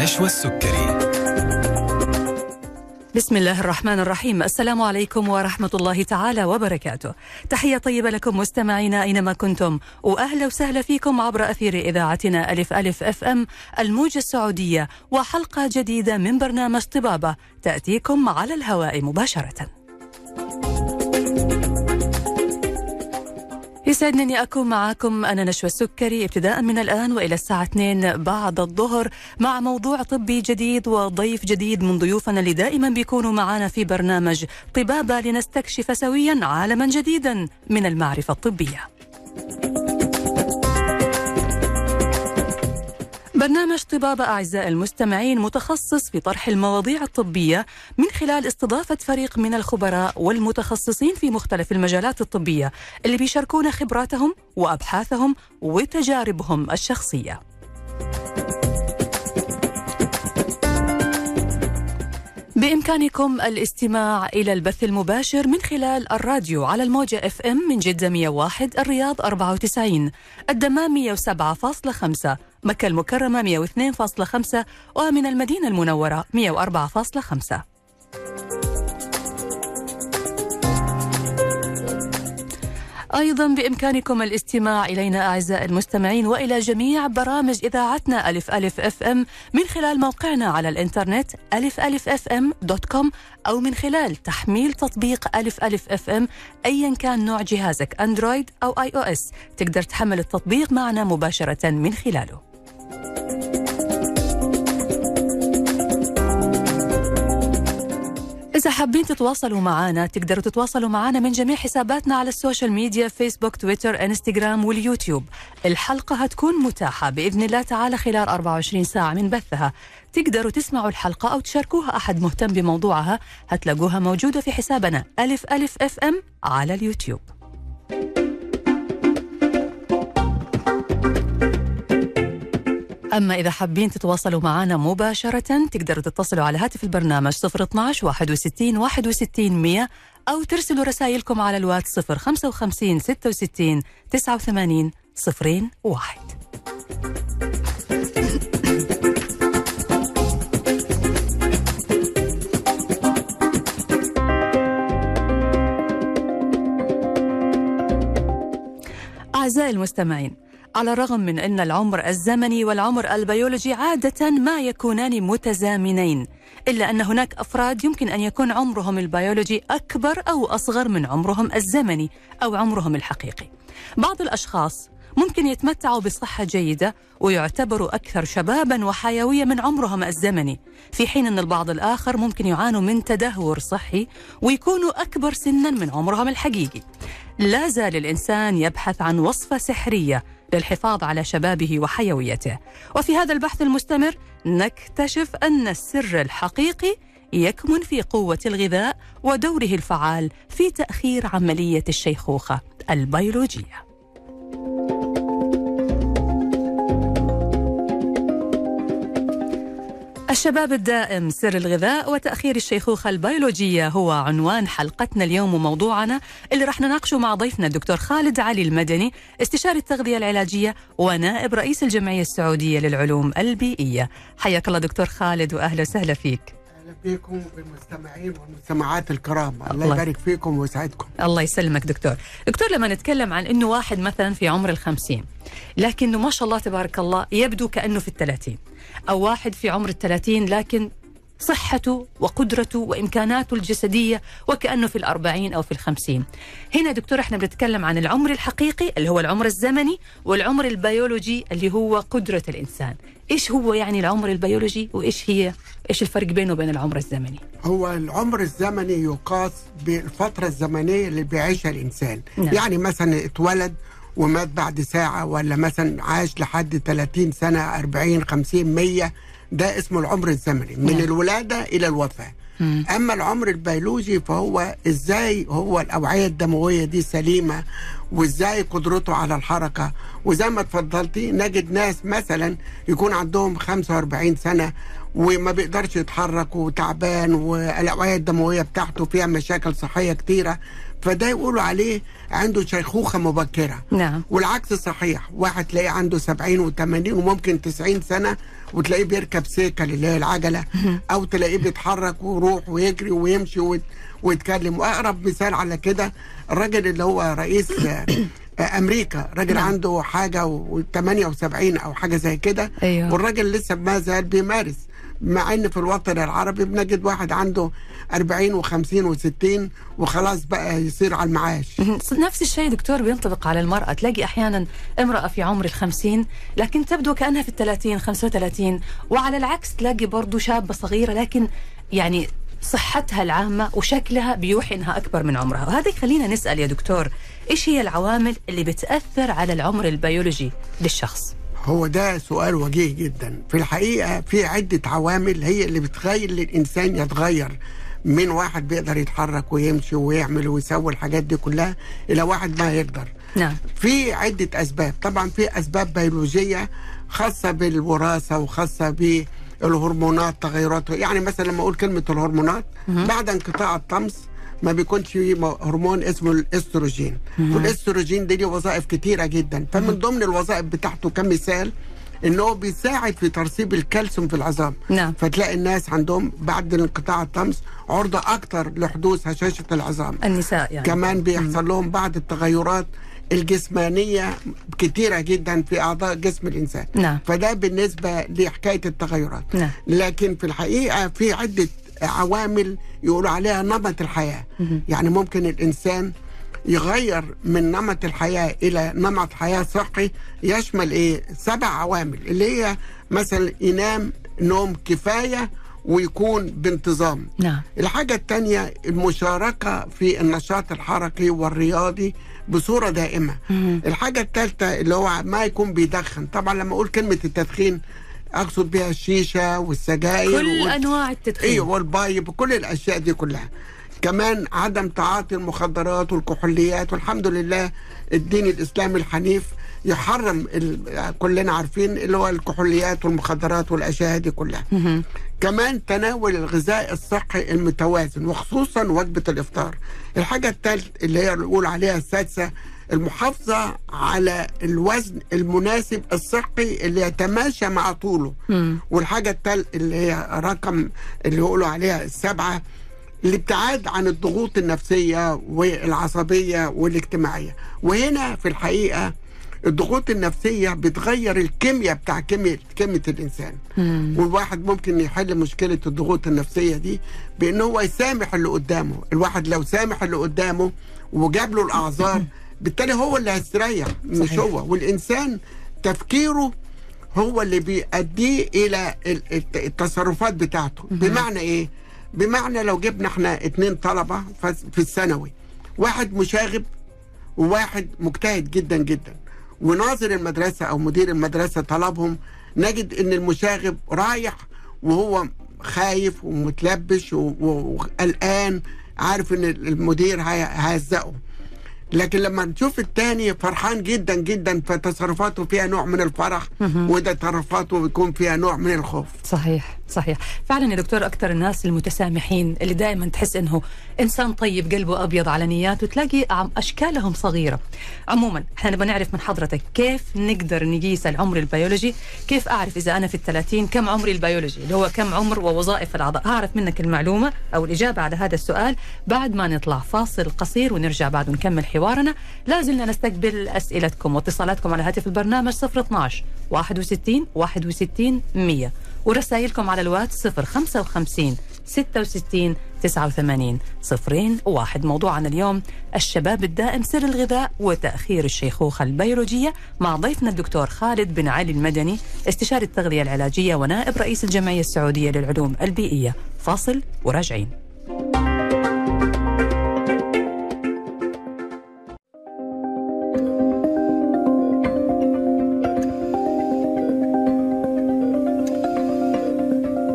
نشوى السكري. بسم الله الرحمن الرحيم. السلام عليكم ورحمة الله تعالى وبركاته. تحية طيبة لكم مستمعينا أينما كنتم، وأهلا وسهلا فيكم عبر أثير إذاعتنا ألف ألف اف ام الموجة السعودية، وحلقة جديدة من برنامج طبابة تأتيكم على الهواء مباشرة. يسعدني أني أكون معكم أنا نشوى السكري ابتداء من الآن وإلى الساعة 2 بعد الظهر مع موضوع طبي جديد وضيف جديد من ضيوفنا اللي دائما بيكونوا معنا في برنامج طبابة لنستكشف سويا عالما جديدا من المعرفة الطبية. برنامج طبابة أعزائي المستمعين متخصص في طرح المواضيع الطبية من خلال استضافة فريق من الخبراء والمتخصصين في مختلف المجالات الطبية اللي بيشاركون خبراتهم وأبحاثهم وتجاربهم الشخصية. بإمكانكم الاستماع إلى البث المباشر من خلال الراديو على الموجة اف ام من جدة 101، الرياض 94، الدمام 107.5، مكة المكرمة 102.5، ومن المدينة المنورة 104.5. أيضا بإمكانكم الاستماع إلينا أعزائي المستمعين وإلى جميع برامج إذاعتنا ألف ألف اف ام من خلال موقعنا على الإنترنت alifalifm.com أو من خلال تحميل تطبيق ألف ألف اف ام أيا كان نوع جهازك أندرويد أو اي او اس، تقدر تحمل التطبيق معنا مباشرة من خلاله. إذا حابين تتواصلوا معنا تقدروا تتواصلوا معنا من جميع حساباتنا على السوشيال ميديا، فيسبوك، تويتر، انستغرام واليوتيوب. الحلقة هتكون متاحة بإذن الله تعالى خلال 24 ساعة من بثها. تقدروا تسمعوا الحلقة أو تشاركوها أحد مهتم بموضوعها، هتلاقوها موجودة في حسابنا ألف ألف اف ام على اليوتيوب. أما إذا حابين تتواصلوا معنا مباشرة تقدروا تتصلوا على هاتف البرنامج 012 61 61 100 أو ترسلوا رسائلكم على الواتس 055 66 89 01. أعزائي المستمعين، على الرغم من أن العمر الزمني والعمر البيولوجي عادة ما يكونان متزامنين، إلا أن هناك أفراد يمكن أن يكون عمرهم البيولوجي أكبر أو أصغر من عمرهم الزمني أو عمرهم الحقيقي. بعض الأشخاص ممكن يتمتعوا بصحة جيدة ويعتبروا أكثر شبابا وحيوية من عمرهم الزمني، في حين أن البعض الآخر ممكن يعانوا من تدهور صحي ويكونوا أكبر سنا من عمرهم الحقيقي. لا زال الإنسان يبحث عن وصفة سحرية للحفاظ على شبابه وحيويته، وفي هذا البحث المستمر نكتشف أن السر الحقيقي يكمن في قوة الغذاء ودوره الفعال في تأخير عملية الشيخوخة البيولوجية. الشباب الدائم، سر الغذاء وتأخير الشيخوخة البيولوجية هو عنوان حلقتنا اليوم وموضوعنا اللي رح نناقشه مع ضيفنا الدكتور خالد علي المدني، استشاري التغذية العلاجية ونائب رئيس الجمعية السعودية للعلوم البيئية. حياك الله دكتور خالد وأهلا وسهلا فيك. أهلا بكم بالمستمعين والمستمعات الكرام، الله يبارك فيكم ويسعدكم. الله يسلمك دكتور. لما نتكلم عن أنه واحد مثلا في عمر 50 لكنه ما شاء الله تبارك الله يبدو كأنه في 30، أو واحد في عمر 30 لكن صحته وقدرته وإمكاناته الجسدية وكأنه في 40 أو في 50. هنا دكتور احنا بنتكلم عن العمر الحقيقي اللي هو العمر الزمني، والعمر البيولوجي اللي هو قدرة الإنسان. إيش هو يعني العمر البيولوجي إيش الفرق بينه وبين العمر الزمني؟ هو العمر الزمني يقاس بالفترة الزمنية اللي بيعيشها الإنسان. نعم. يعني مثلا اتولد ومات بعد ساعة، ولا مثلا عاش لحد 30 سنة 40 50 100، ده اسمه العمر الزمني من الولادة إلى الوفاة. أما العمر البيولوجي فهو إزاي هو الأوعية الدموية دي سليمة، وإزاي قدرته على الحركة. وزي ما اتفضلتي نجد ناس مثلا يكون عندهم 45 سنة وما بيقدرش يتحرك وتعبان والأوعية الدموية بتاعته فيها مشاكل صحية كتيرة، فده يقولوا عليه عنده شيخوخة مبكرة. نعم. والعكس صحيح، واحد تلاقيه عنده 70 و80 وممكن 90 سنة وتلاقيه بيركب سيكل اللي هي العجلة، أو تلاقيه بيتحرك ويروح ويجري ويمشي ويتكلم. وأقرب مثال على كده الراجل اللي هو رئيس أمريكا، راجل عنده حاجة و78 أو حاجة زي كده. أيوه. والراجل لسه ما زال بيمارس، مع ان في الوطن العربي بنجد واحد عنده 40 و50 و60 وخلاص بقى يصير على المعاش. نفس الشيء دكتور بينطبق على المرأة. تلاقي أحيانا امرأة في عمر 50 لكن تبدو كأنها في 30 35، وعلى العكس تلاقي برضو شابة صغيرة لكن يعني صحتها العامة وشكلها بيوحي انها اكبر من عمرها. وهذا يخلينا نسأل يا دكتور، ايش هي العوامل اللي بتأثر على العمر البيولوجي للشخص؟ هو ده سؤال وجيه جدا. في الحقيقة في عدة عوامل هي اللي بتخلي الإنسان يتغير من واحد بيقدر يتحرك ويمشي ويعمل ويسوي الحاجات دي كلها إلى واحد ما يقدر. نعم. في عدة أسباب، طبعا في أسباب بيولوجية خاصة بالوراثة وخاصة بالهرمونات تغيرات. يعني مثلا لما أقول كلمة الهرمونات، بعد انقطاع الطمس ما بيكونش فيه هرمون اسمه الاستروجين، والاستروجين دي له وظائف كتيرة جدا. فمن ضمن الوظائف بتاعته كمثال انه بيساعد في ترسيب الكالسيوم في العظام. نعم. فتلاقي الناس عندهم بعد انقطاع الطمس عرضة اكتر لحدوث هشاشة العظام. النساء يعني كمان بيحصل لهم بعض التغيرات الجسمانية كتيرة جدا في أعضاء جسم الإنسان. نعم. فده بالنسبة لحكاية التغيرات. نعم. لكن في الحقيقة في عدة عوامل يقولوا عليها نمط الحياة. يعني ممكن الإنسان يغير من نمط الحياة إلى نمط حياة صحي يشمل 7 عوامل، اللي هي مثلا ينام نوم كفاية ويكون بانتظام. نعم. الحاجة الثانية المشاركة في النشاط الحركي والرياضي بصورة دائمة. الحاجة الثالثة اللي هو ما يكون بيدخن. طبعا لما أقول كلمة التدخين أقصد بها الشيشة والسجاير كل أنواع التدخين. إيه، والبايب وكل الأشياء دي كلها. كمان عدم تعاطي المخدرات والكحوليات، والحمد لله الدين الإسلامي الحنيف يحرم كلنا عارفين اللي هو الكحوليات والمخدرات والأشياء دي كلها. كمان تناول الغذاء الصحي المتوازن وخصوصا وجبة الإفطار. الحاجة الثالثة اللي هي نقول عليها السادسة المحافظة على الوزن المناسب الصحي اللي يتماشى مع طوله. والحاجة الثالثة اللي هي رقم اللي يقولوا عليها السبعة الابتعاد عن الضغوط النفسية والعصبية والاجتماعية. وهنا في الحقيقة الضغوط النفسية بتغير الكيمياء بتاع كيمياء الإنسان. والواحد ممكن يحل مشكلة الضغوط النفسية دي بأنه هو يسامح اللي قدامه. الواحد لو سامح اللي قدامه وجاب له الأعذار بالتالي هو اللي هيستريح مش هو. والإنسان تفكيره هو اللي بيؤديه إلى التصرفات بتاعته. بمعنى إيه؟ بمعنى لو جبنا احنا 2 طلبة في الثانوي، واحد مشاغب وواحد مجتهد جدا جدا، وناظر المدرسة أو مدير المدرسة طلبهم، نجد إن المشاغب رايح وهو خايف ومتلبش وقلقان، عارف إن المدير هيهزقه. لكن لما نشوف التاني فرحان جدا جدا فتصرفاته فيها نوع من الفرح، وده تصرفاته بيكون فيها نوع من الخوف. صحيح صحيح فعلا يا دكتور. أكثر الناس المتسامحين اللي دائما تحس إنه إنسان طيب قلبه أبيض على نياته، تلاقي أشكالهم صغيرة. عموما احنا نبغى نعرف من حضرتك كيف نقدر نقيس العمر البيولوجي، كيف أعرف إذا أنا في 30 كم عمري البيولوجي اللي هو كم عمر ووظائف الأعضاء. هعرف منك المعلومة أو الإجابة على هذا السؤال بعد ما نطلع فاصل قصير ونرجع بعد ونكمل حوارنا. لازلنا نستقبل أسئلتكم واتصالاتكم على هاتف البرنامج 012 61 61 100 ورسائلكم على الواتس 055 66 89 01. موضوعنا اليوم الشباب الدائم، سر الغذاء وتأخير الشيخوخة البيولوجية، مع ضيفنا الدكتور خالد بن علي المدني، استشاري التغذية العلاجية ونائب رئيس الجمعية السعودية للعلوم البيئية. فاصل وراجعين.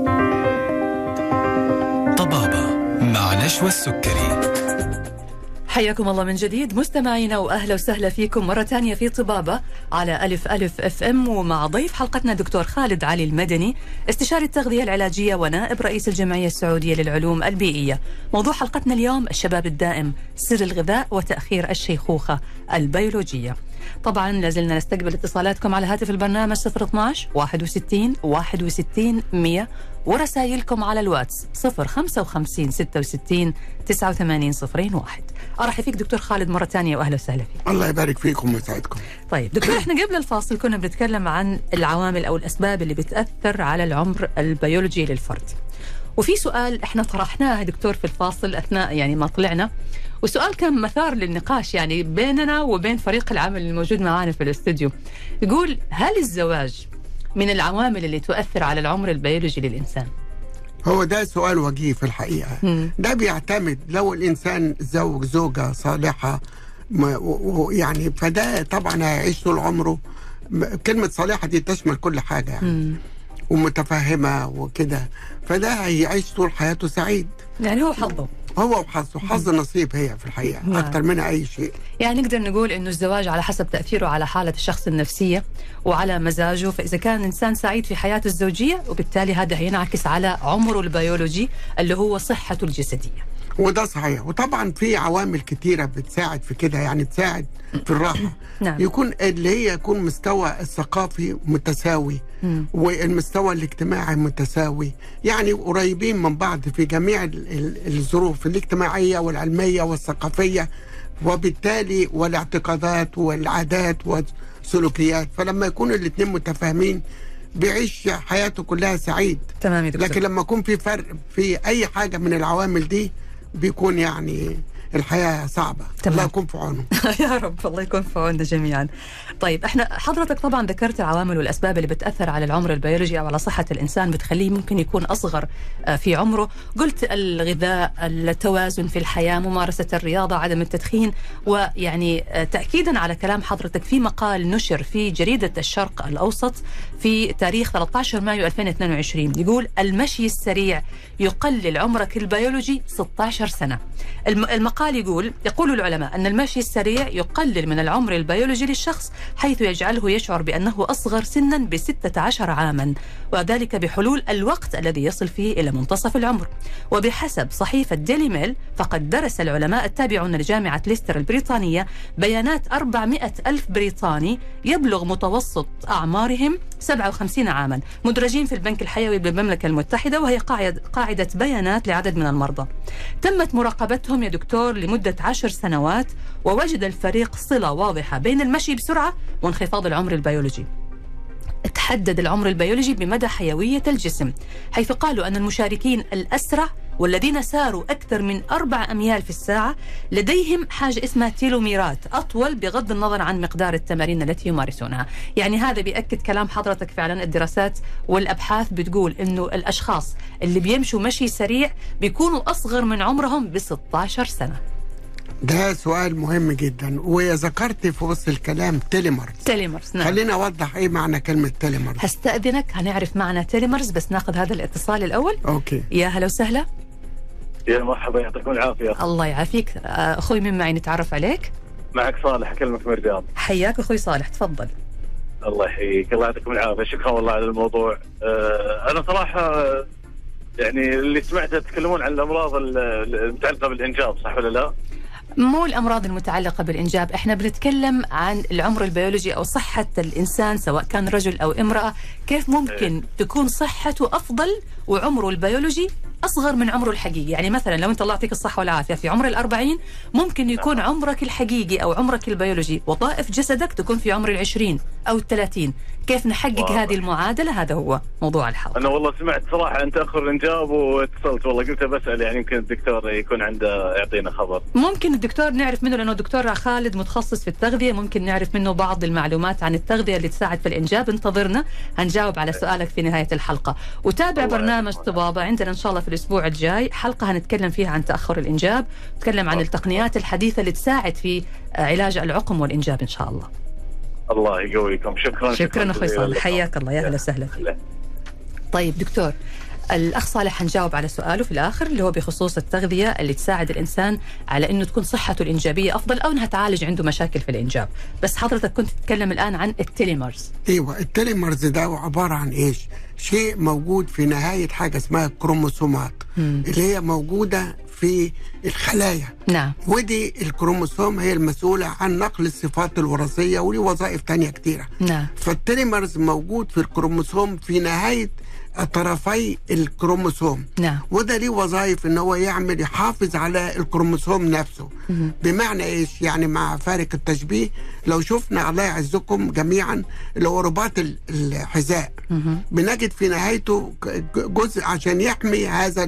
والسكري. حياكم الله من جديد مستمعينا، وأهلا وسهلا فيكم مرة ثانية في طبابة على ألف ألف اف ام، ومع ضيف حلقتنا دكتور خالد علي المدني، استشاري التغذية العلاجية ونائب رئيس الجمعية السعودية للعلوم البيئية. موضوع حلقتنا اليوم الشباب الدائم، سر الغذاء وتأخير الشيخوخة البيولوجية. طبعا لازلنا نستقبل اتصالاتكم على هاتف البرنامج 012 61 61 100 ورسائلكم على الواتس 055 66 89 01. أرحب فيك دكتور خالد مرة ثانية وأهلا وسهلا فيك. الله يبارك فيكم ويسعدكم. طيب دكتور، احنا قبل الفاصل كنا بنتكلم عن العوامل أو الأسباب اللي بتأثر على العمر البيولوجي للفرد، وفي سؤال احنا طرحناه دكتور في الفاصل أثناء يعني ما طلعنا، وسؤال كان مثار للنقاش يعني بيننا وبين فريق العمل الموجود معانا في الاستوديو. يقول: هل الزواج من العوامل اللي تؤثر على العمر البيولوجي للإنسان؟ هو ده سؤال وجيه في الحقيقة. ده بيعتمد لو الإنسان زوج زوجة صالحة يعني، فده طبعا هيعيش طول عمره. كلمة صالحة دي تشمل كل حاجة يعني، ومتفهمة وكده، فده هيعيش طول حياته سعيد. يعني هو حظه، هو وحظه، حظ نصيب هي في الحقيقة أكتر منها أي شيء. يعني نقدر نقول إنه الزواج على حسب تأثيره على حالة الشخص النفسية وعلى مزاجه، فإذا كان إنسان سعيد في حياته الزوجية وبالتالي هذا هينعكس على عمره البيولوجي اللي هو صحته الجسدية. وده صحيح. وطبعا في عوامل كتيرة بتساعد في كده، يعني تساعد في الراحة. نعم. يكون اللي هي يكون مستوى الثقافي متساوي والمستوى الاجتماعي متساوي، يعني قريبين من بعض في جميع الظروف الاجتماعية والعلمية والثقافية، وبالتالي والاعتقادات والعادات والسلوكيات. فلما يكونوا الاثنين متفاهمين بيعيش حياته كلها سعيد. تمام يا دكتور. لكن لما يكون في فرق في أي حاجة من العوامل دي بيكون يعني الحياة صعبة. تمام. الله يكون في عونه. يا رب الله يكون في عوننا جميعا. طيب احنا حضرتك طبعا ذكرت العوامل والأسباب اللي بتأثر على العمر البيولوجي أو على صحة الإنسان، بتخليه ممكن يكون أصغر في عمره. قلت الغذاء، التوازن في الحياة، ممارسة الرياضة، عدم التدخين. ويعني تأكيدا على كلام حضرتك، في مقال نشر في جريدة الشرق الأوسط في تاريخ 13 مايو 2022 يقول: المشي السريع يقلل عمرك البيولوجي 16 سنة. المقال يقول العلماء أن المشي السريع يقلل من العمر البيولوجي للشخص، حيث يجعله يشعر بأنه أصغر سنا ب16 عاما، وذلك بحلول الوقت الذي يصل فيه إلى منتصف العمر. وبحسب صحيفة ديلي ميل، فقد درس العلماء التابعون لجامعة ليستر البريطانية بيانات 400 ألف بريطاني يبلغ متوسط أعمارهم 57 عاما، مدرجين في البنك الحيوي بالمملكة المتحدة، وهي قاعدة بيانات لعدد من المرضى. تمت مراقبتهم يا دكتور لمدة 10 سنوات، ووجد الفريق صلة واضحة بين المشي بسرعة وانخفاض العمر البيولوجي. تحدد العمر البيولوجي بمدى حيوية الجسم، حيث قالوا أن المشاركين الأسرع والذين ساروا أكثر من 4 أميال في الساعة لديهم حاجة اسمها تيلوميرات أطول، بغض النظر عن مقدار التمارين التي يمارسونها. يعني هذا بيأكد كلام حضرتك فعلا. الدراسات والأبحاث بتقول أنه الأشخاص اللي بيمشوا مشي سريع بيكونوا أصغر من عمرهم ب16 سنة. ده سؤال مهم جدا. وذكرت في وسط الكلام تيليمرز. نعم. خلينا أوضح إيه معنى كلمة تيليمرز. هستأذنك، هنعرف معنى تيليمرز، بس ناخذ هذا الاتصال الأول. أوكي. يا هلا وسهلا. يا مرحبا، يعطيكم العافية. الله يعافيك. أخوي من معي نتعرف عليك؟ معك صالح، أكلمك من الرياض. حياك أخوي صالح، تفضل. الله يحييك، الله يعطيكم العافية. شكرا والله على الموضوع. أنا صراحة يعني اللي سمعته تتكلمون عن الأمراض المتعلقة بالإنجاب، صح ولا لا؟ مو الأمراض المتعلقة بالإنجاب، إحنا بنتكلم عن العمر البيولوجي أو صحة الإنسان سواء كان رجل أو امرأة. كيف ممكن تكون صحته أفضل وعمره البيولوجي أصغر من عمره الحقيقي؟ يعني مثلا لو أنت الله يعطيك الصحة والعافية في عمر 40 ممكن يكون عمرك الحقيقي أو عمرك البيولوجي وظائف جسدك تكون في عمر 20 أو 30. كيف نحقق هذه المعادلة؟ هذا هو موضوع الحلقة. أنا والله سمعت صراحة عن تأخر الإنجاب واتصلت، والله قلت بسأل يعني يمكن الدكتور يكون عنده يعطينا خبر. ممكن الدكتور نعرف منه، لأنه الدكتور خالد متخصص في التغذية، ممكن نعرف منه بعض المعلومات عن التغذية اللي تساعد في الإنجاب. انتظرنا، هنجاوب على سؤالك في نهاية الحلقة. وتابع برنامج طبابة، عندنا إن شاء الله في الأسبوع الجاي حلقة هنتكلم فيها عن تأخر الإنجاب، نتكلم عن التقنيات الحديثة اللي تساعد في علاج العقم والإنجاب إن شاء الله. الله يقويكم. شكرا أخوي صالح، حياك الله. يا هلا وسهلا فيك. طيب دكتور، الأخ صالح حنجاوب على سؤاله في الآخر اللي هو بخصوص التغذية اللي تساعد الإنسان على أنه تكون صحته الإنجابية أفضل أو أنها تعالج عنده مشاكل في الإنجاب. بس حضرتك كنت تتكلم الآن عن التيليمرز. ايوه، التيليمرز ده عبارة عن ايش؟ شيء موجود في نهاية حاجة اسمها الكروموسومات اللي هي موجودة في الخلايا. نعم. ودي الكروموسوم هي المسؤولة عن نقل الصفات الوراثية وليه وظائف تانية كتيرة. نعم. فالتيليمرز موجود في الكروموسوم في نهاية طرفي الكروموسوم. نعم. وده ليه وظائف ان هو يحافظ على الكروموسوم نفسه. بمعنى ايش؟ يعني مع فارق التشبيه، لو شفنا الله يعزكم جميعا اللي هو رباط الحذاء، بنجد في نهايته جزء عشان يحمي هذا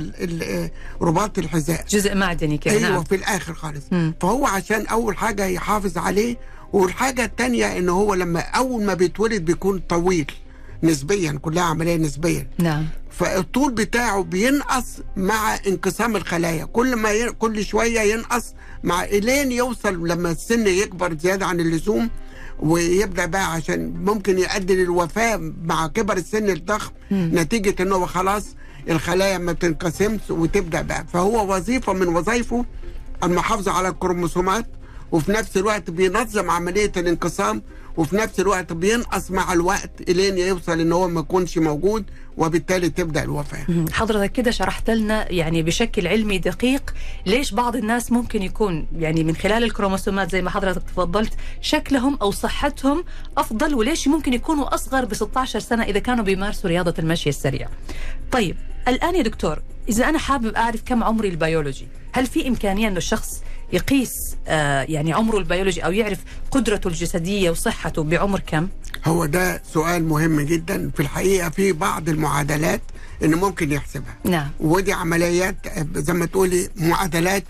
رباط الحذاء، جزء معدني كده. ايوه. نعم. في الاخر خالص. فهو عشان اول حاجه يحافظ عليه، والحاجه الثانيه ان هو لما اول ما بيتولد بيكون طويل نسبيا، كلها عمليه نسبيا. نعم. فالطول بتاعه بينقص مع انقسام الخلايا، كل شويه ينقص مع الين يوصل لما السن يكبر زياده عن اللزوم، ويبدا بقى عشان ممكن يؤدي للوفاه مع كبر السن الضخم نتيجه انه خلاص الخلايا ما بتنقسمش وتبدا بقى. فهو وظيفه من وظائفه المحافظه على الكروموسومات، وفي نفس الوقت بينظم عمليه الانقسام، وفي نفس الوقت بينقص مع الوقت الين يوصل ان هو ما يكونش موجود، وبالتالي تبدا الوفاه. حضرتك كده شرحت لنا يعني بشكل علمي دقيق ليش بعض الناس ممكن يكون يعني من خلال الكروموسومات زي ما حضرتك تفضلت شكلهم او صحتهم افضل، وليش ممكن يكونوا اصغر ب 16 سنه اذا كانوا بيمارسوا رياضه المشي السريع. طيب الان يا دكتور، اذا انا حابب اعرف كم عمري البيولوجي، هل في امكانيه انه الشخص يقيس يعني عمره البيولوجي او يعرف قدرته الجسديه وصحته بعمر كم؟ هو ده سؤال مهم جدا. في الحقيقه في بعض المعادلات انه ممكن يحسبها. نعم. ودي عمليات زي ما تقولي معادلات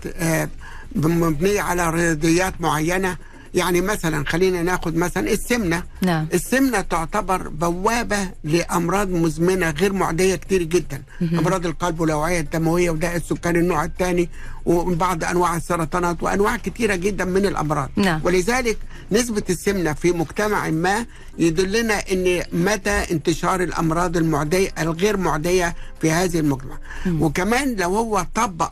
مبنيه على رياضيات معينه. يعني مثلا خلينا ناخد مثلا السمنه. نعم. السمنه تعتبر بوابه لامراض مزمنه غير معديه كتير جدا. امراض القلب والاوعيه الدمويه وداء السكري النوع الثاني وبعض انواع السرطانات وانواع كتيره جدا من الامراض. نعم. ولذلك نسبه السمنه في مجتمع ما يدلنا ان متى انتشار الامراض المعديه الغير معديه في هذه المجتمع. وكمان لو هو طبق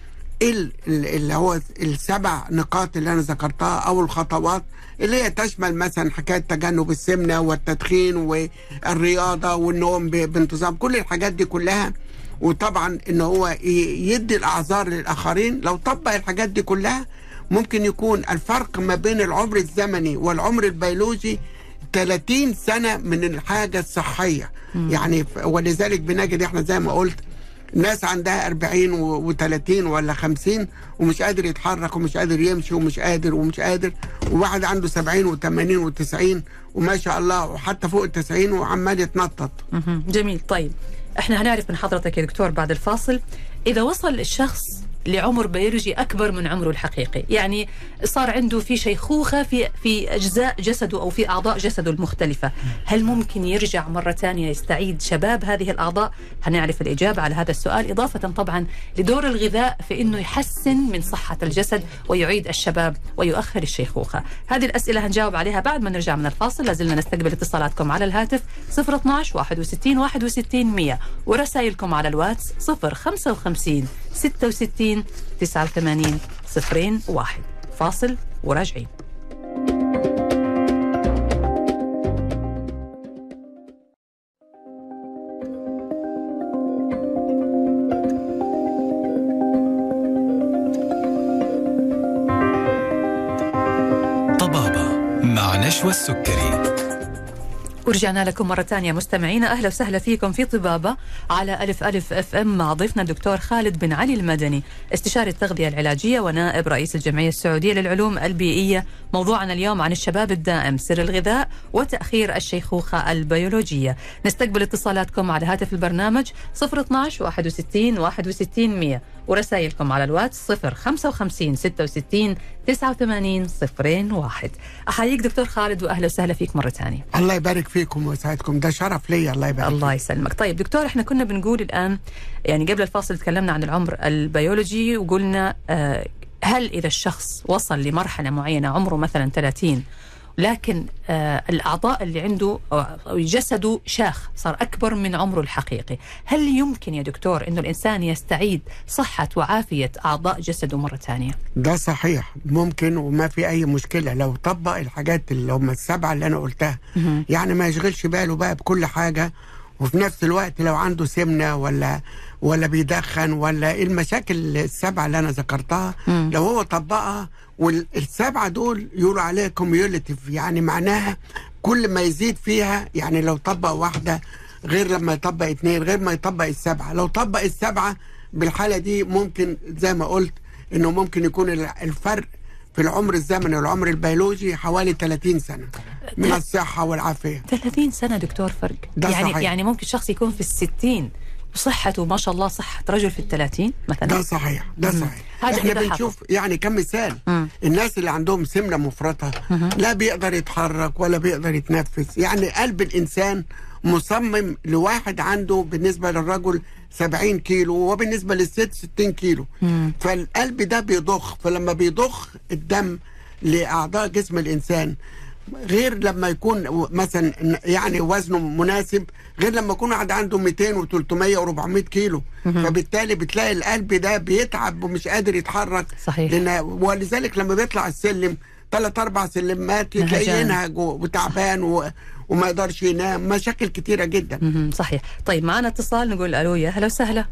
اللي هو السبع نقاط اللي انا ذكرتها او الخطوات اللي هي تشمل مثلا حكايه تجنب السمنه والتدخين والرياضه والنوم بانتظام، كل الحاجات دي كلها، وطبعا ان هو يدي الاعذار للاخرين. لو طبق الحاجات دي كلها ممكن يكون الفرق ما بين العمر الزمني والعمر البيولوجي 30 سنه من الحاجه الصحيه. يعني ولذلك بنجد احنا زي ما قلت ناس عندها 40 و30 ولا 50 ومش قادر يتحرك ومش قادر يمشي ومش قادر، وواحد عنده 70 و80 و90 وما شاء الله وحتى فوق ال90 وعمال يتنطط. جميل. طيب احنا هنعرف من حضرتك يا دكتور بعد الفاصل إذا وصل الشخص لعمر بيولوجي أكبر من عمره الحقيقي، يعني صار عنده في شيخوخة في أجزاء جسده أو في أعضاء جسده المختلفة، هل ممكن يرجع مرة ثانية يستعيد شباب هذه الأعضاء؟ هنعرف الإجابة على هذا السؤال، إضافة طبعا لدور الغذاء في أنه يحسن من صحة الجسد ويعيد الشباب ويؤخر الشيخوخة. هذه الأسئلة هنجاوب عليها بعد ما نرجع من الفاصل. لازلنا نستقبل اتصالاتكم على الهاتف 012 61 61 100 ورسائلكم على الواتس 055 66 89 01. فاصل وراجعين. طبابة مع نشوى السكري. ورجعنا لكم مرة ثانية مستمعينا، أهلا وسهلا فيكم في طبابة على ألف ألف اف ام مع ضيفنا الدكتور خالد بن علي المدني، استشاري التغذية العلاجية ونائب رئيس الجمعية السعودية للعلوم البيئية. موضوعنا اليوم عن الشباب الدائم، سر الغذاء وتأخير الشيخوخة البيولوجية. نستقبل اتصالاتكم على هاتف البرنامج 012 61 61 100 ورسائلكم على الواتس 055 66 89 01. أحييك دكتور خالد وأهلا وسهلا فيك مرة ثانية. الله يبارك فيكم ويسعدكم، ده شرف لي. الله يبارك. الله يسلمك. طيب دكتور، احنا كنا بنقول الآن يعني قبل الفاصل تكلمنا عن العمر البيولوجي وقلنا هل إذا الشخص وصل لمرحلة معينة عمره مثلا 30 لكن الأعضاء اللي عنده أو جسده شاخ، صار أكبر من عمره الحقيقي. هل يمكن يا دكتور إنه الإنسان يستعيد صحة وعافية أعضاء جسده مرة ثانية؟ ده صحيح، ممكن وما في أي مشكلة لو طبق الحاجات اللي هم السبعة اللي أنا قلتها. يعني ما يشغلش باله بقى بكل حاجة، وفي نفس الوقت لو عنده سمنة ولا بيدخن ولا المشاكل السبعة اللي أنا ذكرتها، لو هو طبقها، والسبعة دول يقولوا عليها كوميوليتيف، يعني معناها كل ما يزيد فيها، يعني لو طبق واحدة غير لما يطبق 2 غير ما يطبق السبعة. لو طبق السبعة بالحالة دي ممكن زي ما قلت إنه ممكن يكون الفرق في العمر الزمني والعمر البيولوجي حوالي 30 سنة من الصحة والعافية. 30 سنة دكتور فرق؟ يعني ممكن شخص يكون في 60 وصحته ما شاء الله صحة رجل في 30 مثلا. ده صحيح، ده صحيح. احنا بنشوف يعني كمثال الناس اللي عندهم سمنة مفرطة لا بيقدر يتحرك ولا بيقدر يتنفس. يعني قلب الإنسان مصمم لواحد عنده بالنسبة للرجل 70 كيلو وبالنسبة للست 60 كيلو. فالقلب ده بيضخ، فلما بيضخ الدم لأعضاء جسم الإنسان غير لما يكون مثلا يعني وزنه مناسب، غير لما يكون واحد عنده 200 و300 و400 كيلو. فبالتالي بتلاقي القلب ده بيتعب ومش قادر يتحرك. صحيح. ولذلك لما بيطلع السلم 3-4 سلمات تلاقيه ينهج وتعبان وما يقدرش ينام، مشاكل كتيرة جدا. صحيح. طيب معنا اتصال، نقول ألو، يا هلا وسهلا.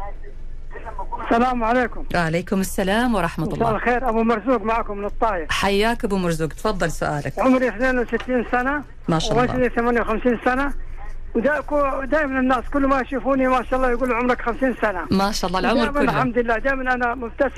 السلام عليكم. وعليكم السلام ورحمة الله. مساء الخير، أبو مرزوق معكم من الطايف. حياك أبو مرزوق، تفضل سؤالك. عمري 62 سنة ما شاء الله، ووزني 58 سنة، ودائما الناس كل ما يشوفوني ما شاء الله يقولوا عمرك 50 سنة. ما شاء الله العمر كله. الحمد لله دائما أنا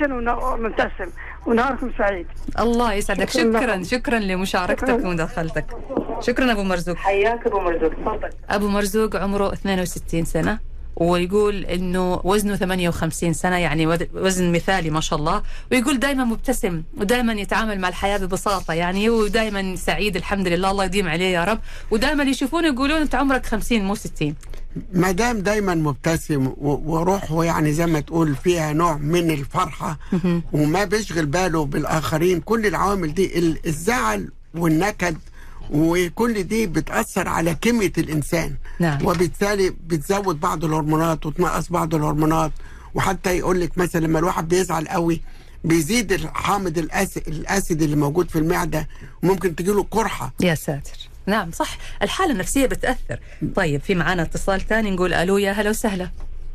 مبتسم ونهاركم سعيد. الله يسعدك. شكرا لمشاركتك ومداخلتك. شكرا أبو مرزوق. حياك أبو مرزوق، تفضل. أبو مرزوق عمره 62 سنة ويقول إنه وزنه 58 سنة، يعني وزن مثالي ما شاء الله، ويقول دائما مبتسم ودائما يتعامل مع الحياة ببساطة، يعني ودائما سعيد الحمد لله، الله يديم عليه يا رب. ودائما يشوفونه يقولون أنت عمرك 50 مو 60. ما دام دايما مبتسم وروحه يعني زي ما تقول فيها نوع من الفرحة وما بيشغل باله بالآخرين، كل العوامل دي الزعل والنكد وكل دي بتأثر على كمية الإنسان. نعم. وبالتالي بتزود بعض الهرمونات وتنقص بعض الهرمونات. وحتى يقول لك مثلا لما الواحد بيزعل قوي بيزيد حامض الأسيد اللي موجود في المعدة وممكن تجيله قرحة. يا ساتر. نعم صح، الحالة النفسية بتأثر. طيب في معانا اتصال ثاني، نقول ألو، يا هلا وسهلا.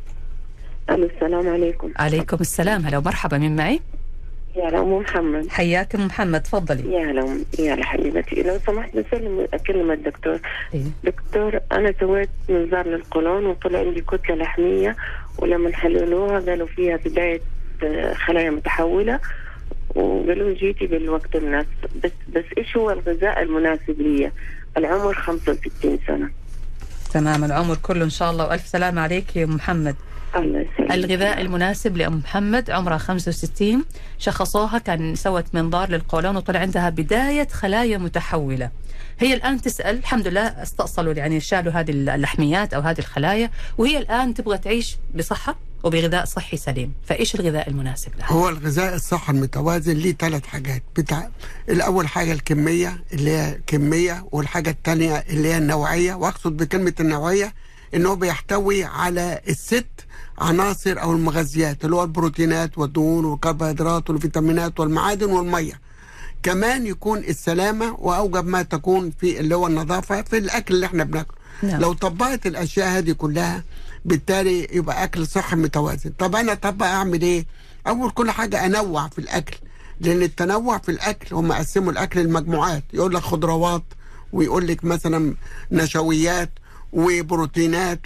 ألو، السلام عليكم. عليكم السلام، هلا ومرحبا، من معي؟ يا هلا أم محمد. حياك أم محمد، تفضلي. يا هلا يا هلا حبيبتي، لو سمحت أكلم الدكتور. إيه؟ دكتور أنا سويت منظار للقولون وطلع عندي كتلة لحمية، ولما حللوها قالوا فيها بداية خلايا متحولة، وقالوا جيتي بالوقت المناسب. بس إيش هو الغذاء المناسب لي؟ العمر 65 سنة. تمام، العمر كله إن شاء الله، وألف سلام عليك يا أم محمد. الله يسلمك. الغذاء المناسب لأم محمد عمرها 65، شخصوها كان سوت منظار للقولون وطلع عندها بداية خلايا متحولة. هي الآن تسأل، الحمد لله استأصلوا يعني شالوا هذه اللحميات أو هذه الخلايا، وهي الآن تبغى تعيش بصحة وبغذاء صحي سليم. فإيش الغذاء المناسب لها؟ هو الغذاء الصحي المتوازن ليه 3 حاجات. الأول حاجة الكمية اللي هي كمية، والحاجة الثانية اللي هي النوعية. وأقصد بكلمة النوعية إنه بيحتوي على الست عناصر أو المغذيات اللي هو البروتينات والدهون والكربوهيدرات والفيتامينات والمعادن والمية. كمان يكون السلامة وأوجب ما تكون في اللي هو النظافة في الأكل اللي احنا بناكله. نعم. لو طبقت الأشياء هذه كلها بالتالي يبقى أكل صحي متوازن. طب أنا أعمل إيه؟ أول كل حاجة أنوع في الأكل، لأن التنوع في الأكل هم قسموا الأكل المجموعات، يقول لك خضروات ويقول لك مثلا نشويات وبروتينات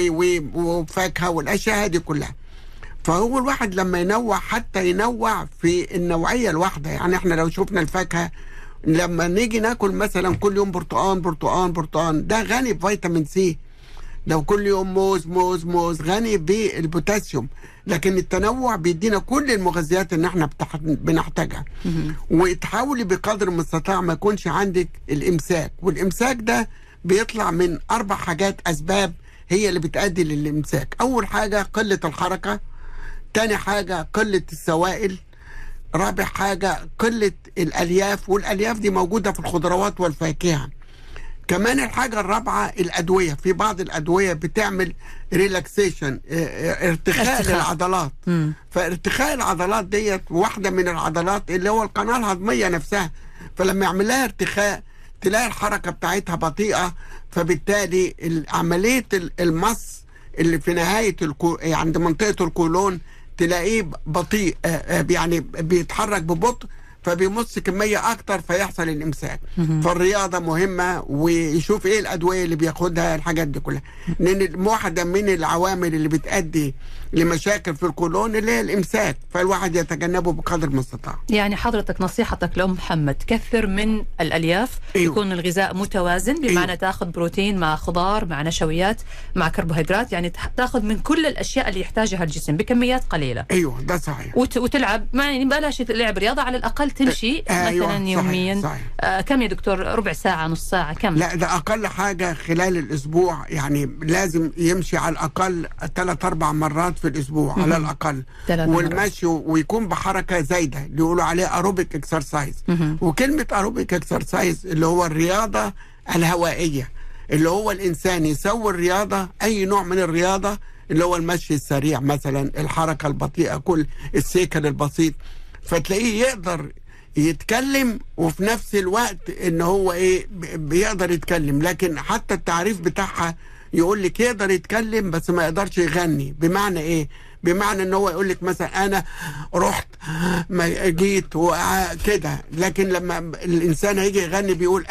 وفاكهة والأشياء هذه كلها. فهو الواحد لما ينوع حتى ينوع في النوعية الواحدة. يعني احنا لو شفنا الفاكهة لما نيجي ناكل مثلا كل يوم برتقان ده غني بفيتامين سي. لو كل يوم موز غني بالبوتاسيوم. لكن التنوع بيدينا كل المغذيات اللي احنا بنحتاجها. وتحاولي بقدر المستطاع ما يكونش عندك الامساك، والامساك ده بيطلع من 4 حاجات، أسباب هي اللي بتؤدي للإمساك. أول حاجة قلة الحركة، تاني حاجة قلة السوائل، رابع حاجة قلة الألياف، والألياف دي موجودة في الخضروات والفاكهة. كمان الحاجة الرابعة الأدوية، في بعض الأدوية بتعمل ريلاكسيشن، ارتخاء للعضلات. فارتخاء العضلات ديت واحدة من العضلات اللي هو القناة الهضمية نفسها، فلما يعملها ارتخاء تلاقي الحركة بتاعتها بطيئة، فبالتالي عملية المص اللي في نهاية عند منطقة القولون تلاقيه بطيء، يعني بيتحرك ببطء، فبيمص كمية أكتر فيحصل الإمساك. فالرياضة مهمة، ويشوف إيه الأدوية اللي بياخدها، الحاجات دي كلها، لأن واحدة من العوامل اللي بتؤدي لمشاكل في القولون اللي هي الإمساك، فالواحد يتجنبه بقدر المستطاع. يعني حضرتك نصيحتك لأم محمد كثر من الألياف، أيوه. يكون الغذاء متوازن، بمعنى أيوه. تاخذ بروتين مع خضار مع نشويات مع كربوهيدرات، يعني تاخذ من كل الأشياء اللي يحتاجها الجسم بكميات قليلة. أيوه ده صحيح. وتلعب، يعني بلاش لعب رياضة، على الأقل تمشي أيوة مثلا يوميا. صحيح. كم يا دكتور؟ ربع ساعة، نص ساعة، كم؟ لا ده أقل حاجة خلال الأسبوع، يعني لازم يمشي على الأقل 3-4 مرات في الأسبوع على الأقل، والمشي ويكون بحركة زايدة اللي يقولوا عليه أروبيك اكسرسايز. وكلمة أروبيك اكسرسايز اللي هو الرياضة الهوائية، اللي هو الإنسان يسوي الرياضة، أي نوع من الرياضة، اللي هو المشي السريع مثلا، الحركة البطيئة، كل السيكل البسيط، فتلاقيه يقدر يتكلم وفي نفس الوقت ان هو ايه بيقدر يتكلم. لكن حتى التعريف بتاعها يقول لك يقدر يتكلم بس ما يقدرش يغني. بمعنى ايه؟ بمعنى ان هو يقول لك مثلا انا رحت ما جيت وكده، لكن لما الانسان هيجي يغني بيقول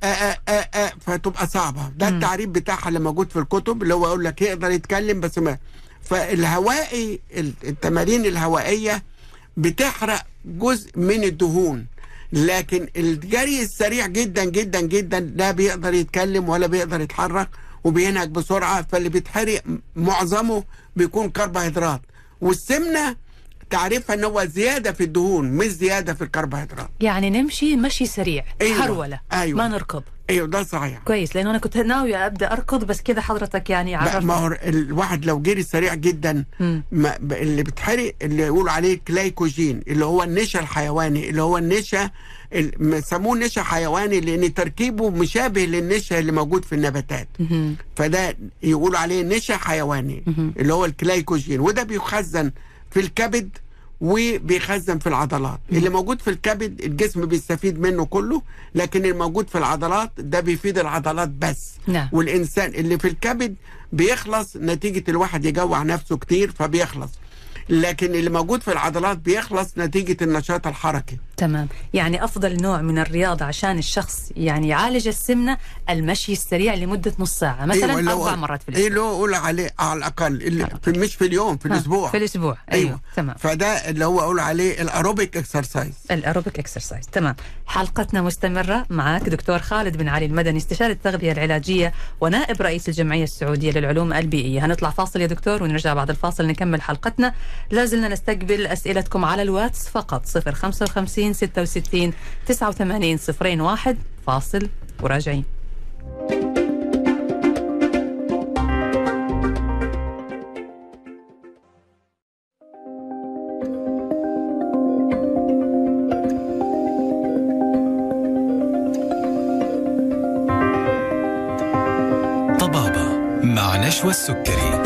فتبقى صعبة. ده التعريف بتاعها اللي موجود في الكتب، اللي هو يقول لك يقدر يتكلم بس ما. فالهوائي، التمارين الهوائية بتحرق جزء من الدهون، لكن الجري السريع جدا جدا جدا لا بيقدر يتكلم ولا بيقدر يتحرك وبينهج بسرعة، فاللي بيتحرق معظمه بيكون كربوهيدرات. والسمنة تعرفها ان هو زيادة في الدهون مش زيادة في الكربوهيدرات. يعني نمشي مشي سريع. أيوة. حرولة. أيوة. ما نركض. ايوه ده صحيح. كويس، لانه انا كنت ناوية ابدا اركض، بس كده حضرتك يعني عرفت. ما هو الواحد لو جري سريع جدا اللي بتحرق اللي يقولوا عليه كلايكوجين، اللي هو النشا الحيواني، اللي هو النشا سموه نشا حيواني لان تركيبه مشابه للنشا اللي موجود في النباتات. فده يقولوا عليه نشا حيواني اللي هو الكلايكوجين، وده بيخزن في الكبد وبيخزن في العضلات. اللي موجود في الكبد الجسم بيستفيد منه كله، لكن الموجود في العضلات ده بيفيد العضلات بس. نعم. والإنسان اللي في الكبد بيخلص نتيجة الواحد يجوع نفسه كتير فبيخلص، لكن اللي موجود في العضلات بيخلص نتيجة النشاط الحركي. تمام. يعني أفضل نوع من الرياضة عشان الشخص يعني يعالج السمنة المشي السريع لمدة نص ساعة مثلا. أيوة 4 مرات في الأسبوع. اللي هو أقول عليه على الأقل مش في اليوم، في الأسبوع. في الأسبوع. أيوة. تمام. فده اللي هو أقول عليه الأروبيك اكسرسايز. الأروبيك اكسرسايز. تمام. حلقتنا مستمرة معك دكتور خالد بن علي المدني، استشاري التغذية العلاجية ونائب رئيس الجمعية السعودية للعلوم البيئية. هنطلع فاصل يا دكتور ونرجع بعد الفاصل نكمل حلقتنا. لازلنا نستقبل أسئلتكم على الواتس فقط 055 66 89 01. فاصل وراجعين. طبابة مع نشوى السكري.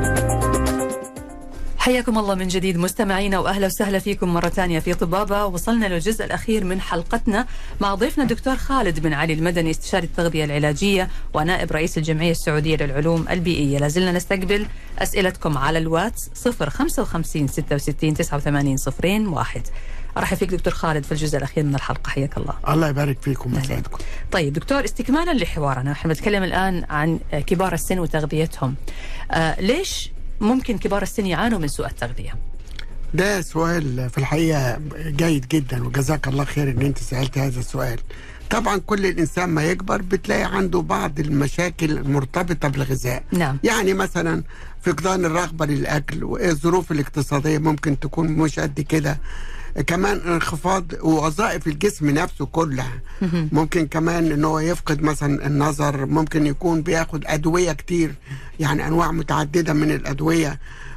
حياكم الله من جديد مستمعينا، وأهلا وسهلا فيكم مرة ثانية في طبابة. وصلنا للجزء الأخير من حلقتنا مع ضيفنا الدكتور خالد بن علي المدني، استشاري التغذية العلاجية ونائب رئيس الجمعية السعودية للعلوم البيئية. لازلنا نستقبل أسئلتكم على الواتس 055 66 89 01. أرحب فيك دكتور خالد في الجزء الأخير من الحلقة. حياك الله. الله يبارك فيكم ويسعدكم. طيب دكتور، استكمالا لحوارنا، احنا بنتكلم الآن عن كبار السن وتغذيتهم. ليش ممكن كبار السن يعانوا من سوء التغذية؟ ده سؤال في الحقيقة جيد جدا، وجزاك الله خير ان انت سألت هذا السؤال. طبعا كل الإنسان ما يكبر بتلاقي عنده بعض المشاكل المرتبطة بالغذاء. نعم. يعني مثلا فقدان الرغبة للأكل، والظروف الاقتصادية ممكن تكون مش قد كده، كمان انخفاض وظائف الجسم نفسه كلها. ممكن كمان ان هو يفقد مثلا النظر، ممكن يكون بياخد ادويه كتير، يعني انواع متعدده من الادويه،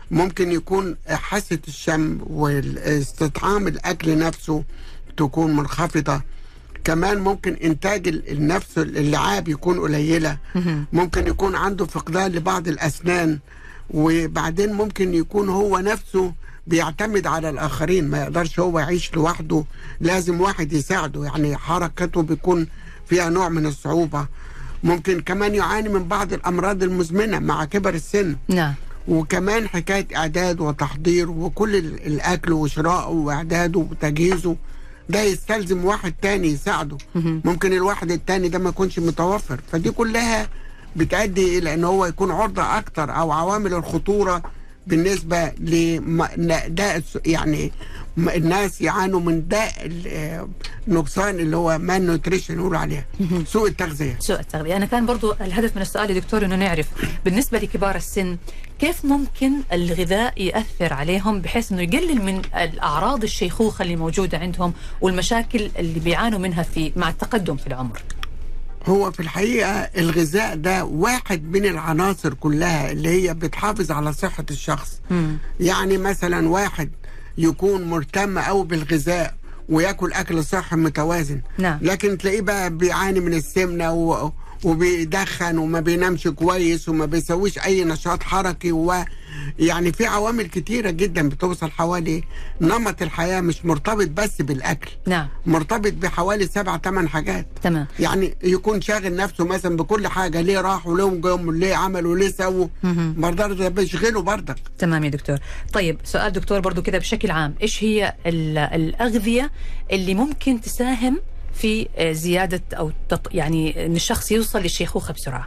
ممكن يكون حاسة الشم واستطعام الأكل نفسه تكون منخفضة. كمان ممكن إنتاج النفس اللعاب يكون قليلة. ممكن يكون عنده فقدان لبعض الأسنان. وبعدين ممكن يكون هو نفسه بيعتمد على الآخرين، ما يقدرش هو يعيش لوحده، لازم واحد يساعده، يعني حركته بيكون فيها نوع من الصعوبة. ممكن كمان يعاني من بعض الأمراض المزمنة مع كبر السن. نعم. وكمان حكاية إعداد وتحضير وكل الأكل وشراءه وإعداده وتجهيزه ده يستلزم واحد تاني يساعده. ممكن الواحد التاني ده ما يكونش متوفر، فدي كلها بتؤدي إلى أنه هو يكون عرضة أكتر أو عوامل الخطورة بالنسبة لداء، يعني الناس يعانوا من داء النقصان اللي هو مان نوتريشن نقول عليها، سوء التغذية. سوء التغذية. أنا كان برضو الهدف من السؤال يا دكتور أنه نعرف بالنسبة لكبار السن كيف ممكن الغذاء يأثر عليهم بحيث أنه يقلل من الأعراض الشيخوخة اللي موجودة عندهم والمشاكل اللي بيعانوا منها مع التقدم في العمر. هو في الحقيقة الغذاء ده واحد من العناصر كلها اللي هي بتحافظ على صحة الشخص. يعني مثلا واحد يكون مهتم أوي بالغذاء ويأكل أكل صحي متوازن. نعم. لكن تلاقيه بقى بيعاني من السمنة وبيدخن وما بينامش كويس وما بيسويش أي نشاط حركي، يعني في عوامل كتيرة جدا بتوصل حوالي نمط الحياة مش مرتبط بس بالأكل. نعم. مرتبط بحوالي 7-8 حاجات. تمام. يعني يكون شاغل نفسه مثلا بكل حاجة، ليه راح وليه جم وليه عمل وليه سووا، برضه ده بيشغله برضك. تمام يا دكتور. طيب سؤال دكتور برضو كده بشكل عام، إيش هي الأغذية اللي ممكن تساهم في زيادة أو يعني أن الشخص يوصل للشيخوخة بسرعة؟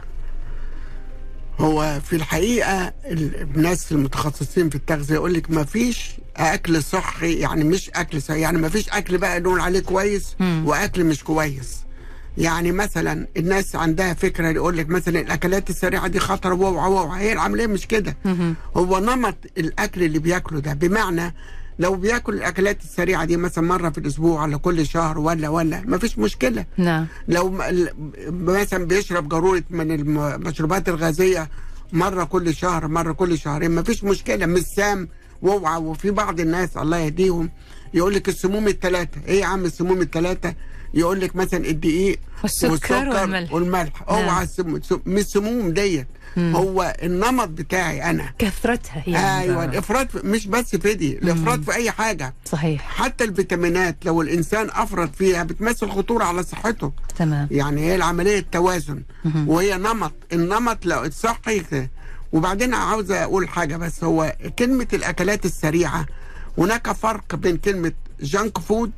هو في الحقيقة الناس المتخصصين في التغذية يقول لك ما فيش أكل صحي، يعني مش أكل صحي، يعني ما فيش أكل بقى نقول عليه كويس وأكل مش كويس. يعني مثلا الناس عندها فكرة يقول لك مثلا الأكلات السريعة دي خطر، ووعى هي العملية مش كده. هو نمط الأكل اللي بياكله ده، بمعنى لو بياكل الأكلات السريعة دي مثلا مرة في الأسبوع ولا كل شهر ولا ما فيش مشكلة. نعم. لو مثلا بيشرب جرورة من المشروبات الغازية مرة كل شهر مرة كل شهرين ما فيش مشكلة، مش سام ووعى. وفي بعض الناس الله يهديهم يقول لك السموم الثلاثة. ايه يا عم السموم الثلاثة؟ يقول لك مثلا الدقيق والسكر والملح. اوعى مش سموم ديت، هو النمط بتاعي انا كثرتها هي. ايوه الافراط مش بس في دي، الافراط في اي حاجه. صحيح. حتى الفيتامينات لو الانسان افرط فيها بتمثل خطوره على صحته. تمام. يعني هي العمليه توازن وهي النمط لو الصحي. وبعدين عاوز اقول حاجه بس، هو كلمه الاكلات السريعه هناك فرق بين كلمه جانك فود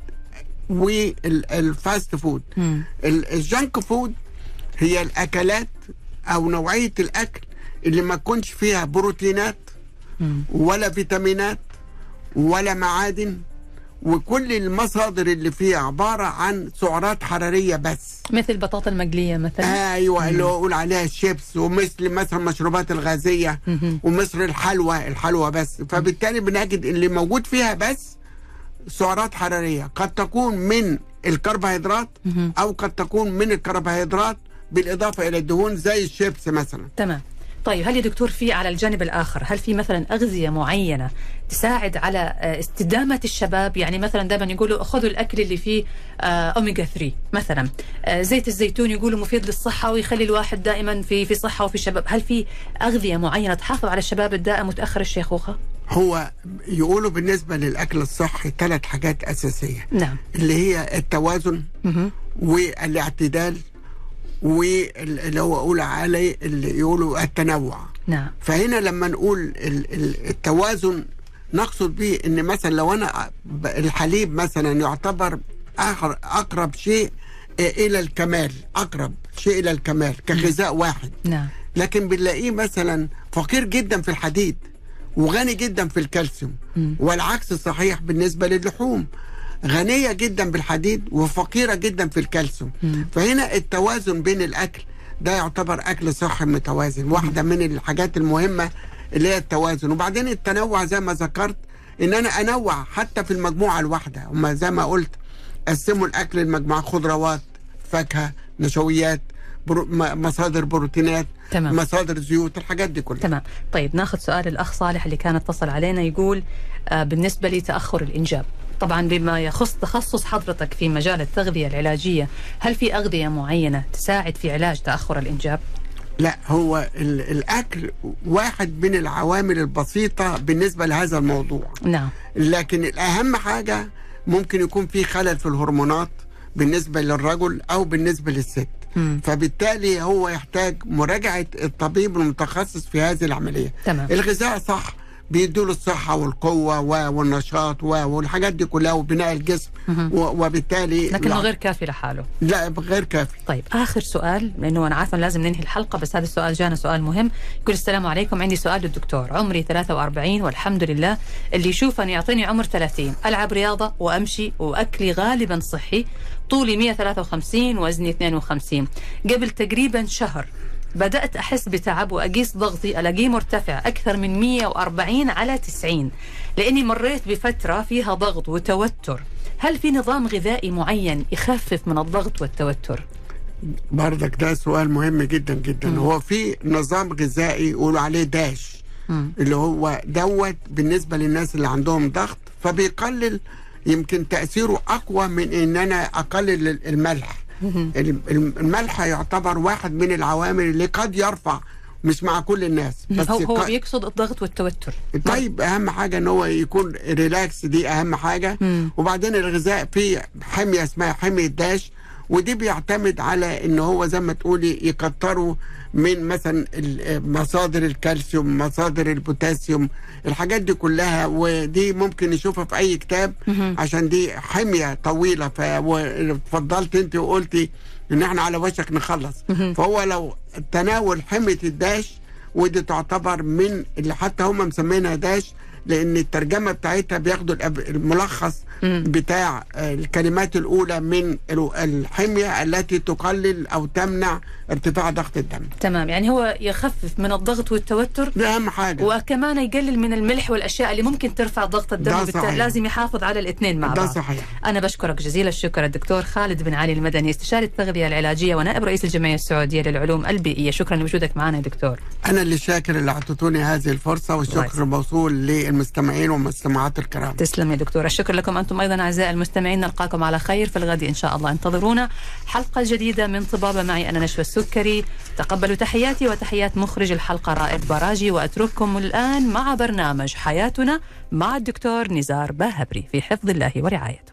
والفاست فود. الجانك فود هي الاكلات او نوعيه الاكل اللي ما تكونش فيها بروتينات ولا فيتامينات ولا معادن، وكل المصادر اللي فيها عباره عن سعرات حراريه بس، مثل البطاطا المقليه مثلا. ايوه اللي هو يقول عليها الشيبس، ومثل مثلا المشروبات الغازيه ومثل الحلوى بس. فبالتالي بنجد اللي موجود فيها بس سعرات حراريه، قد تكون من الكربوهيدرات او قد تكون من الكربوهيدرات بالاضافه الى الدهون زي الشيبس مثلا. تمام. طيب هل يا دكتور في على الجانب الآخر هل في مثلا أغذية معينة تساعد على استدامة الشباب؟ يعني مثلا دائما يقولوا خذوا الأكل اللي فيه أوميجا 3 مثلا، زيت الزيتون يقولوا مفيد للصحة ويخلي الواحد دائما في صحة وفي شباب. هل في أغذية معينة تحافظ على الشباب الدائم متأخر الشيخوخة؟ هو يقولوا بالنسبة للأكل الصحي 3 حاجات أساسية. نعم. اللي هي التوازن والاعتدال واللي هو أقول عليه اللي يقولوا التنوع. نعم. فهنا لما نقول التوازن نقصد به ان مثلا لو انا الحليب مثلا يعتبر اقرب شيء الى الكمال، اقرب شيء الى الكمال كغذاء واحد. نعم. لكن بنلاقيه مثلا فقير جدا في الحديد وغني جدا في الكالسيوم، والعكس صحيح بالنسبة للحوم، غنية جدا بالحديد وفقيرة جدا في الكالسيوم. فهنا التوازن بين الأكل ده يعتبر أكل صحي متوازن، واحدة من الحاجات المهمة اللي هي التوازن. وبعدين التنوع زي ما ذكرت إن أنا أنوع حتى في المجموعة الواحدة، وما زي ما قلت قسموا الأكل لمجموعة خضروات، فاكهة، نشويات، مصادر بروتينات، تمام. مصادر زيوت، الحاجات دي كلها. تمام. طيب ناخذ سؤال الأخ صالح اللي كان اتصل علينا، يقول بالنسبة لتأخر الإنجاب، طبعا بما يخص تخصص حضرتك في مجال التغذية العلاجية، هل في أغذية معينة تساعد في علاج تأخر الإنجاب؟ لا، هو الأكل واحد من العوامل البسيطة بالنسبة لهذا الموضوع. نعم. لكن الأهم حاجة ممكن يكون في خلل في الهرمونات بالنسبة للرجل أو بالنسبة للست. فبالتالي هو يحتاج مراجعة الطبيب المتخصص في هذه العملية. تمام. الغذاء صح بيدوله الصحة والقوة والنشاط والحاجات دي كلها وبناء الجسم، وبالتالي لكنه غير كافي لحاله. لا، غير كافي. طيب آخر سؤال، لأنه أنا عارفة لازم ننهي الحلقة، بس هذا السؤال جانا سؤال مهم. يقول السلام عليكم، عندي سؤال للدكتور، عمري 43 والحمد لله، اللي يشوفني يعطيني عمر 30، ألعب رياضة وأمشي وأكلي غالبا صحي، طولي 153 وزني 52. قبل تقريبا شهر بدأت أحس بتعب وأقيس ضغطي ألاقيه مرتفع أكثر من 140 على 90، لأني مريت بفترة فيها ضغط وتوتر. هل في نظام غذائي معين يخفف من الضغط والتوتر؟ برضك ده سؤال مهم جدا جدا. هو في نظام غذائي يقولوا عليه داش، اللي هو بالنسبة للناس اللي عندهم ضغط، فبيقلل، يمكن تأثيره أقوى من إن أنا أقلل الملح. الملح يعتبر واحد من العوامل اللي قد يرفع، مش مع كل الناس، بس هو بيقصد الضغط والتوتر. طيب أهم حاجة إن هو يكون ريلاكس، دي أهم حاجة. وبعدين الغذاء فيه حمية اسمها حمية داش، ودي بيعتمد على إن هو زي ما تقولي يكتروا من مثلا مصادر الكالسيوم، مصادر البوتاسيوم، الحاجات دي كلها، ودي ممكن نشوفها في أي كتاب عشان دي حمية طويلة. ففضلت انت وقلتي ان احنا على وشك نخلص. فهو لو تناول حمية الداش، ودي تعتبر من اللي حتى هم مسمينها داش، لأن الترجمة بتاعتها بياخدوا الملخص بتاع الكلمات الأولى من الحمية التي تقلل أو تمنع ارتفاع ضغط الدم. تمام، يعني هو يخفف من الضغط والتوتر، ده أهم حاجة، وكمان يقلل من الملح والأشياء اللي ممكن ترفع ضغط الدم، لازم يحافظ على الاثنين مع بعض. ده صحيح. أنا بشكرك جزيل الشكر الدكتور خالد بن علي المدني، استشاري التغذية العلاجية ونائب رئيس الجمعية السعودية للعلوم البيئية. شكرا لوجودك معنا يا دكتور. أنا اللي شاكر اللي أعطيتوني هذه الفرصة، والشكر موصول للمستمعين والمستمعات الكرام. تسلم يا دكتور. الشكر لكم أنتم أيضا أعزائي المستمعين، نلقاكم على خير في الغد إن شاء الله. انتظرونا حلقة جديدة من طبابة معي أنا نشوى السكري. تقبلوا تحياتي وتحيات مخرج الحلقة رائد براجي، وأترككم الآن مع برنامج حياتنا مع الدكتور نزار باهبري في حفظ الله ورعايته.